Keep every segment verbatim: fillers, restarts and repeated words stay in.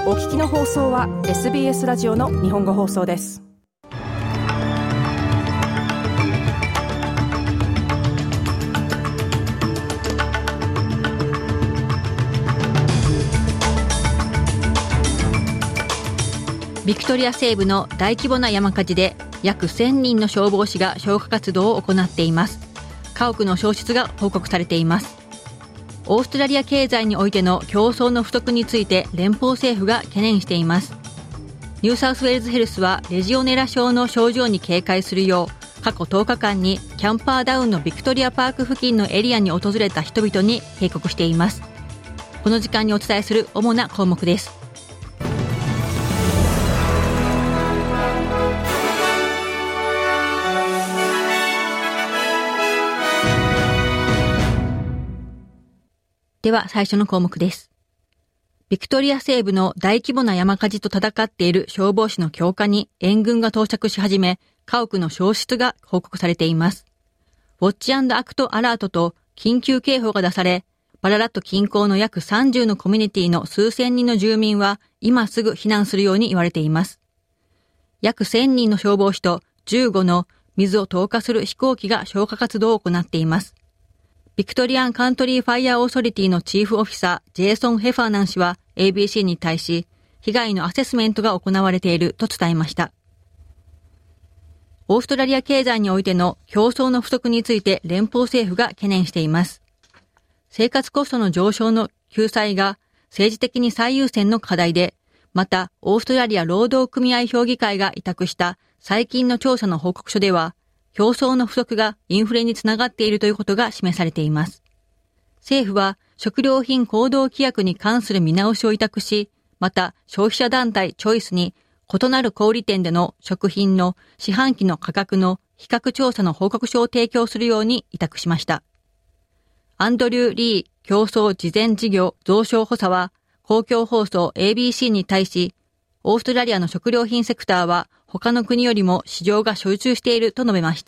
お聞きの放送は エスビーエス ラジオの日本語放送です。 ビクトリア西部の大規模な山火事で約せんにんの消防士が消火活動を行っています。家屋の焼失が報告されています。オーストラリア経済においての競争の不足について連邦政府が懸念しています。ニューサウスウェールズヘルスはレジオネラ症の症状に警戒するよう過去とおかかんにキャンパーダウンのビクトリアパーク付近のエリアに訪れた人々に警告しています。この時間にお伝えする主な項目です。では最初の項目です。ビクトリア西部の大規模な山火事と戦っている消防士の強化に援軍が到着し始め、家屋の焼失が報告されています。ウォッチ&アクトアラートと緊急警報が出され、バララット近郊の約さんじゅうのコミュニティの数千人の住民は今すぐ避難するように言われています。約せんにんの消防士とじゅうごの水を投下する飛行機が消火活動を行っています。ビクトリアンカントリーファイヤーオーソリティのチーフオフィサー、ジェイソン・ヘファーナン氏は エービーシー に対し、被害のアセスメントが行われていると伝えました。オーストラリア経済においての競争の不足について連邦政府が懸念しています。生活コストの上昇の救済が政治的に最優先の課題で、またオーストラリア労働組合評議会が委託した最近の調査の報告書では、競争の不足がインフレにつながっているということが示されています。政府は食料品行動規約に関する見直しを委託し、また消費者団体チョイスに異なる小売店での食品の四半期の価格の比較調査の報告書を提供するように委託しました。アンドリュー・リー競争事前事業増床補佐は公共放送 エービーシー に対し、オーストラリアの食料品セクターは他の国よりも市場が集中していると述べました。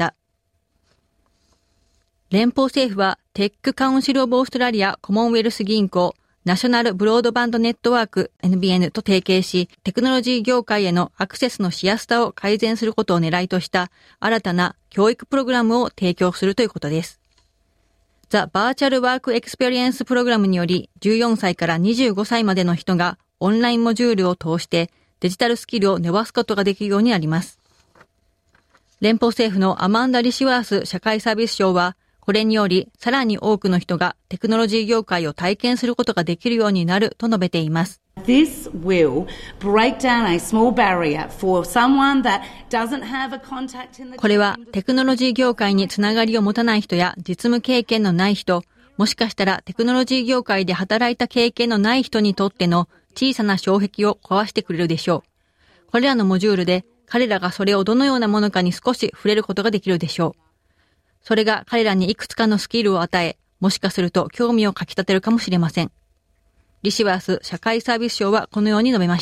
連邦政府はテックカウンシルオブオーストラリアコモンウェルス銀行、ナショナルブロードバンドネットワーク エヌビーエヌ と提携し、テクノロジー業界へのアクセスのしやすさを改善することを狙いとした新たな教育プログラムを提供するということです。ザ・バーチャルワークエクスペリエンスプログラムによりじゅうよんさいからにじゅうごさいまでの人がオンラインモジュールを通してデジタルスキルを伸ばすことができるようになります。連邦政府のアマンダ・リシワース社会サービス省は、これによりさらに多くの人がテクノロジー業界を体験することができるようになると述べています。 This will break down a small barrier for someone that doesn't have a contact in the これはテクノロジー業界につながりを持たない人や実務経験のない人、もしかしたらテクノロジー業界で働いた経験のない人にとっての小さな障壁を壊してくれるでしょう。これらのモジュールで彼らがそれをどのようなものかに少し触れることができるでしょう。それが彼らにいくつかのスキルを与え、もしかすると興味をかき立てるかもしれません。リシワース社会サービス省はこのように述べました。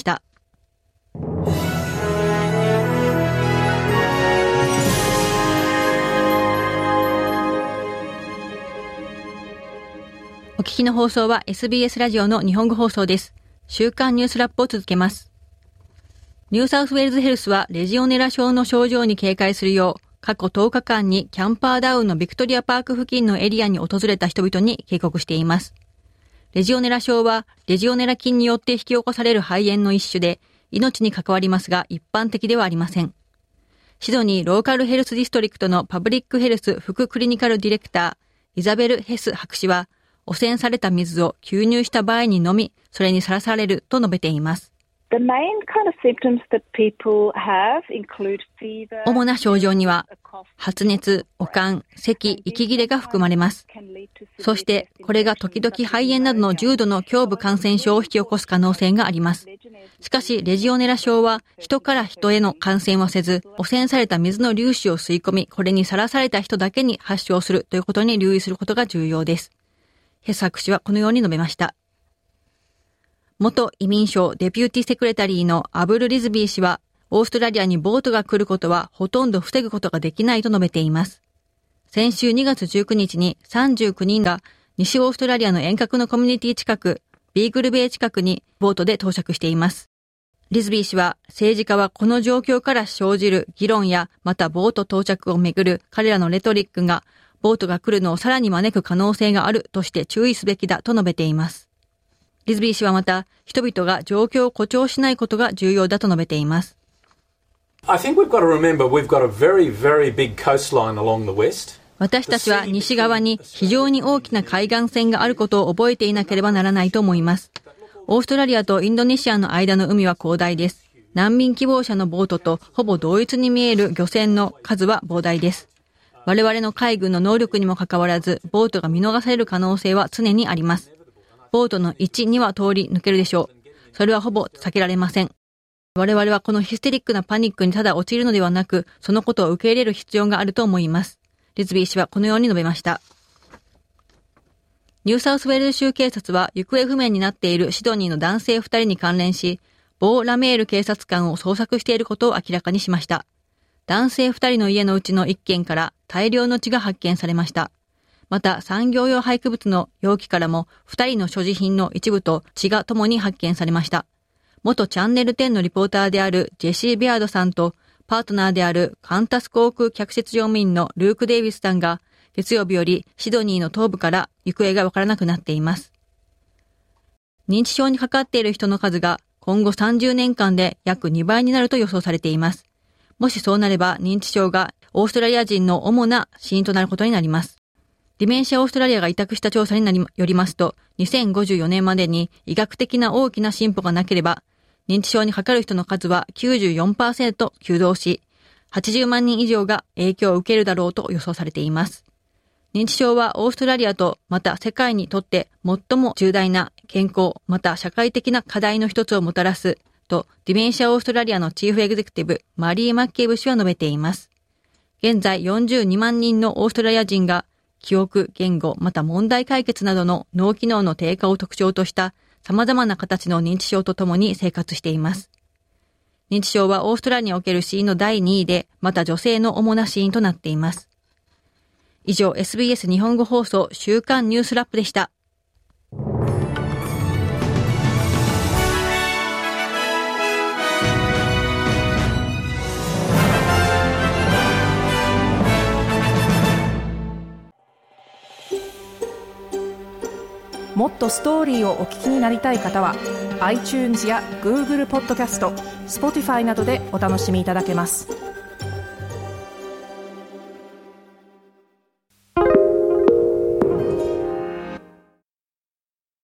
お聞きの放送は エスビーエス ラジオの日本語放送です。週刊ニュースラップを続けます。ニューサウスウェールズヘルスはレジオネラ症の症状に警戒するよう、過去とおかかんにキャンパーダウンのビクトリアパーク付近のエリアに訪れた人々に警告しています。レジオネラ症はレジオネラ菌によって引き起こされる肺炎の一種で、命に関わりますが一般的ではありません。シドニーローカルヘルスディストリクトのパブリックヘルス副クリニカルディレクター、イザベル・ヘス博士は、汚染された水を吸入した場合にのみ、それにさらされると述べています。 The main kind of symptoms that people have include fever. 主な症状には、発熱、悪寒、咳、息切れが含まれます。そして、これが時々肺炎などの重度の胸部感染症を引き起こす可能性があります。しかし、レジオネラ症は人から人への感染はせず、汚染された水の粒子を吸い込み、これにさらされた人だけに発症するということに留意することが重要です。ヘス博士はこのように述べました。元移民省デピューティセクレタリーのアブル・リズビー氏は、オーストラリアにボートが来ることはほとんど防ぐことができないと述べています。先週にがつじゅうくにちにさんじゅうきゅうにんが西オーストラリアの遠隔のコミュニティ近く、 ビーグルベイ近くにボートで到着しています。リズビー氏は、政治家はこの状況から生じる議論や、またボート到着をめぐる彼らのレトリックが、ボートが来るのをさらに招く可能性があるとして注意すべきだと述べています。リズビー氏はまた、人々が状況を誇張しないことが重要だと述べています。 I think we've got to remember we've got a very, very big coastline along the west. 私たちは西側に非常に大きな海岸線があることを覚えていなければならないと思います。オーストラリアとインドネシアの間の海は広大です。難民希望者のボートとほぼ同一に見える漁船の数は膨大です。我々の海軍の能力にもかかわらず、ボートが見逃される可能性は常にあります。ボートのいち、には通り抜けるでしょう。それはほぼ避けられません。我々はこのヒステリックなパニックにただ陥るのではなく、そのことを受け入れる必要があると思います。リズビー氏はこのように述べました。ニューサウスウェールズ州警察は行方不明になっているシドニーの男性ふたりに関連し、ボー・ラメール警察官を捜索していることを明らかにしました。男性ふたりの家のうちのいっ軒から大量の血が発見されました。また産業用廃棄物の容器からもふたりの所持品の一部と血が共に発見されました。元チャンネルテンのリポーターであるジェシー・ベアードさんとパートナーであるカンタス航空客室乗務員のルーク・デイビスさんが月曜日よりシドニーの東部から行方がわからなくなっています。認知症にかかっている人の数が今後さんじゅうねんかんで約にばいになると予想されています。もしそうなれば認知症がオーストラリア人の主な死因となることになります。ディメンシアオーストラリアが委託した調査になりよりますと、にせんごじゅうよねんまでに医学的な大きな進歩がなければ、認知症にかかる人の数は きゅうじゅうよんパーセント 急増し、はちじゅうまんにん以上が影響を受けるだろうと予想されています。認知症はオーストラリアとまた世界にとって最も重大な健康また社会的な課題の一つをもたらすとディメンシアオーストラリアのチーフエグゼクティブマリー・マッケイブ氏は述べています。現在よんじゅうにまんにんのオーストラリア人が記憶、言語また問題解決などの脳機能の低下を特徴とした様々な形の認知症とともに生活しています。認知症はオーストラリアにおける死因のだいにいでまた女性の主な死因となっています。以上 エスビーエス 日本語放送週刊ニュースラップでした。 もっとストーリーをお聞きになりたい方は iTunes や Google ポッドキャスト、Spotify などでお楽しみいただけます。